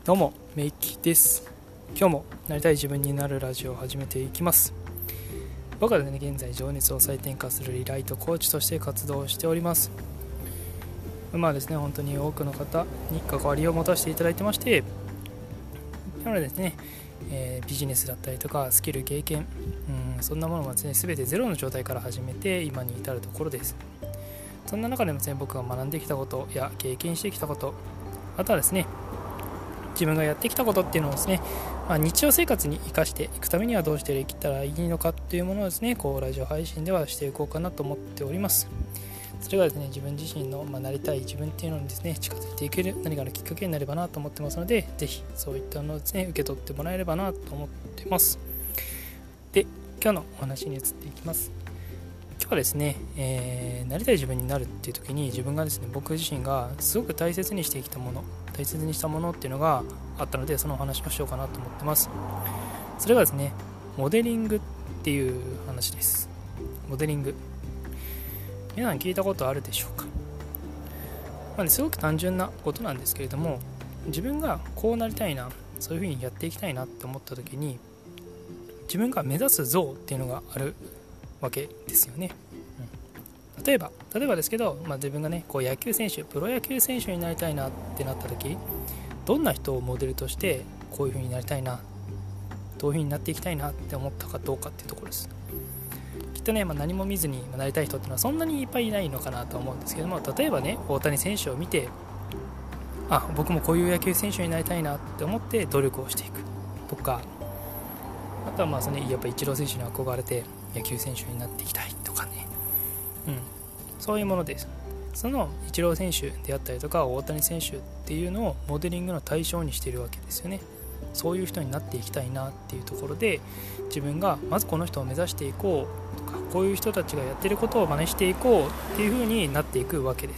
どうもメイキです。今日もなりたい自分になるラジオを始めていきます。僕は、現在情熱を再転化するリライトコーチとして活動しております。ですね、本当に多くの方に関わりを持たせていただいてまして、なのでですね、ビジネスだったりとかスキル経験、そんなものもですね全てゼロの状態から始めて今に至るところです。そんな中でもですね、僕が学んできたことや経験してきたこと、あとはですね自分がやってきたことっていうのをですね、日常生活に生かしていくためにはどうしていったらいいのかっていうものをですね、ラジオ配信ではしていこうかなと思っております。それがですね、自分自身の、なりたい自分っていうのにですね近づいていける何かのきっかけになればなと思ってますので、ぜひそういったのをですね受け取ってもらえればなと思ってます。で、今日のお話に移っていきます。今日はですね、なりたい自分になるっていう時に自分がですね僕自身がすごく大切にしてきたもの大切にしたものっていうのがあったので、そのお話をしようかなと思ってます。それがですねモデリングっていう話です。モデリング、皆さん聞いたことあるでしょうか。すごく単純なことなんですけれども、自分がこうなりたいな、そういう風にやっていきたいなって思った時に自分が目指す像っていうのがあるわけですよね。例えばですけど、自分がね野球選手、プロ野球選手になりたいなってなった時、どんな人をモデルとしてこういう風になりたいな、どういう風になっていきたいなって思ったかどうかっていうところです。きっとね、何も見ずになりたい人っていうのはそんなにいっぱいいないのかなと思うんですけども、例えばね大谷選手を見て、僕もこういう野球選手になりたいなって思って努力をしていくとか、あとはやっぱイチロー選手に憧れて野球選手になっていきたいとかね、そういうものです。そのイチロー選手であったりとか大谷選手っていうのをモデリングの対象にしているわけですよね。そういう人になっていきたいなっていうところで、自分がまずこの人を目指していこうとか、こういう人たちがやっていることを真似していこうっていう風になっていくわけです。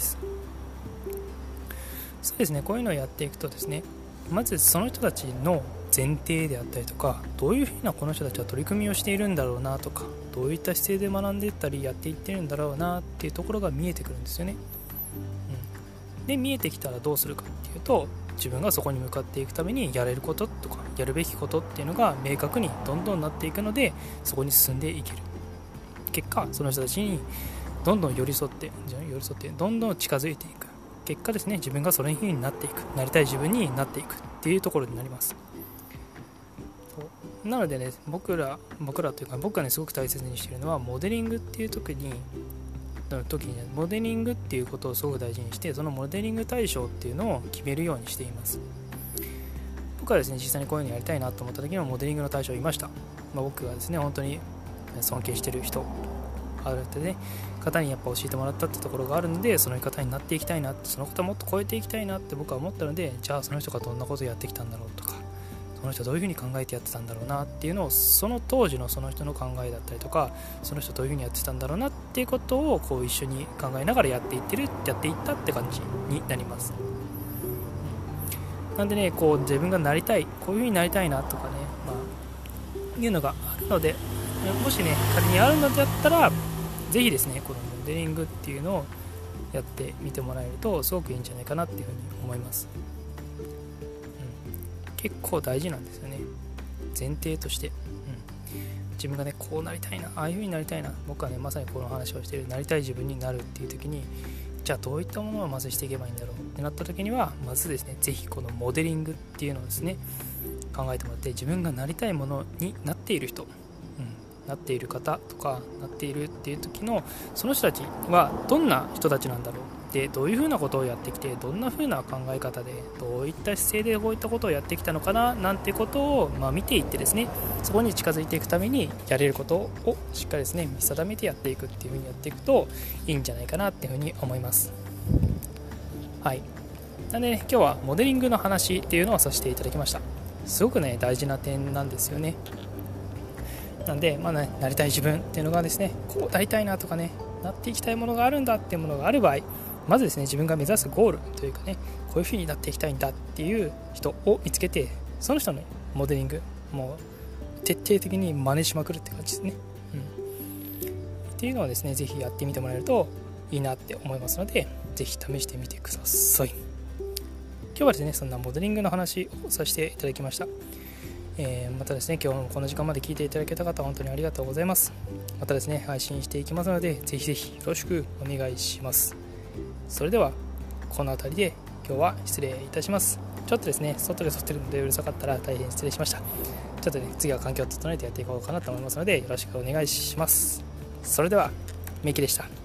そうですね、こういうのをやっていくとですね、まずその人たちの前提であったりとか、どういうふうなこの人たちは取り組みをしているんだろうなとか、どういった姿勢で学んでいったりやっていってるんだろうなっていうところが見えてくるんですよね。で、見えてきたらどうするかっていうと、自分がそこに向かっていくためにやれることとかやるべきことっていうのが明確にどんどんなっていくので、そこに進んでいける。結果その人たちにどんどん寄り添ってどんどん近づいていく結果ですね、自分がそれになっていく、なりたい自分になっていくっていうところになります。なのでね、僕らというか僕がねすごく大切にしているのは、モデリングっていう時にモデリングっていうことをすごく大事にして、そのモデリング対象っていうのを決めるようにしています。僕はですね実際にこういうのやりたいなと思った時のモデリングの対象いました。僕がですね本当に尊敬している人あるってね方にやっぱ教えてもらったってところがあるので、その方になっていきたいなって、その方をもっと超えていきたいなって僕は思ったので、じゃあその人がどんなことをやってきたんだろうとか、その人はどういうふうに考えてやってたんだろうなっていうのを、その当時のその人の考えだったりとか、その人どういうふうにやってたんだろうなっていうことを一緒に考えながらやっていったって感じになります。なんでね、自分がなりたい、こういうふうになりたいなとかね、いうのがあるので、もしね仮にあるのだったら、ぜひですねこのモデリングっていうのをやってみてもらえるとすごくいいんじゃないかなっていうふうに思います。結構大事なんですよね、前提として。自分がねこうなりたいな、ああいう風になりたいな、僕はねまさにこの話をしている、なりたい自分になるっていう時に、じゃあどういったものをまずしていけばいいんだろうってなった時には、まずですねぜひこのモデリングっていうのをですね考えてもらって、自分がなりたいものになっている人、なっている方とかなっているっていう時のその人たちはどんな人たちなんだろう、でどういうふうなことをやってきて、どんなふうな考え方でどういった姿勢でこういったことをやってきたのかななんてことを見ていってですね、そこに近づいていくためにやれることをしっかりですね見定めてやっていくっていうふうにやっていくといいんじゃないかなっていうふうに思います。はい。なんでね、今日はモデリングの話っていうのをさせていただきました。すごくね大事な点なんですよね。なんで、なりたい自分っていうのがですね、こうなりたいなとかね、なっていきたいものがあるんだっていうものがある場合、まずですね自分が目指すゴールというかね、こういう風になっていきたいんだっていう人を見つけて、その人のモデリングもう徹底的に真似しまくるって感じですね。っていうのをですねぜひやってみてもらえるといいなって思いますので、ぜひ試してみてください。今日はですねそんなモデリングの話をさせていただきました。またですね今日もこの時間まで聞いていただけた方本当にありがとうございます。またですね配信していきますのでぜひぜひよろしくお願いします。それではこの辺りで今日は失礼いたします。ちょっとですね外で撮ってるのでうるさかったら大変失礼しました。ちょっとね次は環境を整えてやっていこうかなと思いますのでよろしくお願いします。それではメイキでした。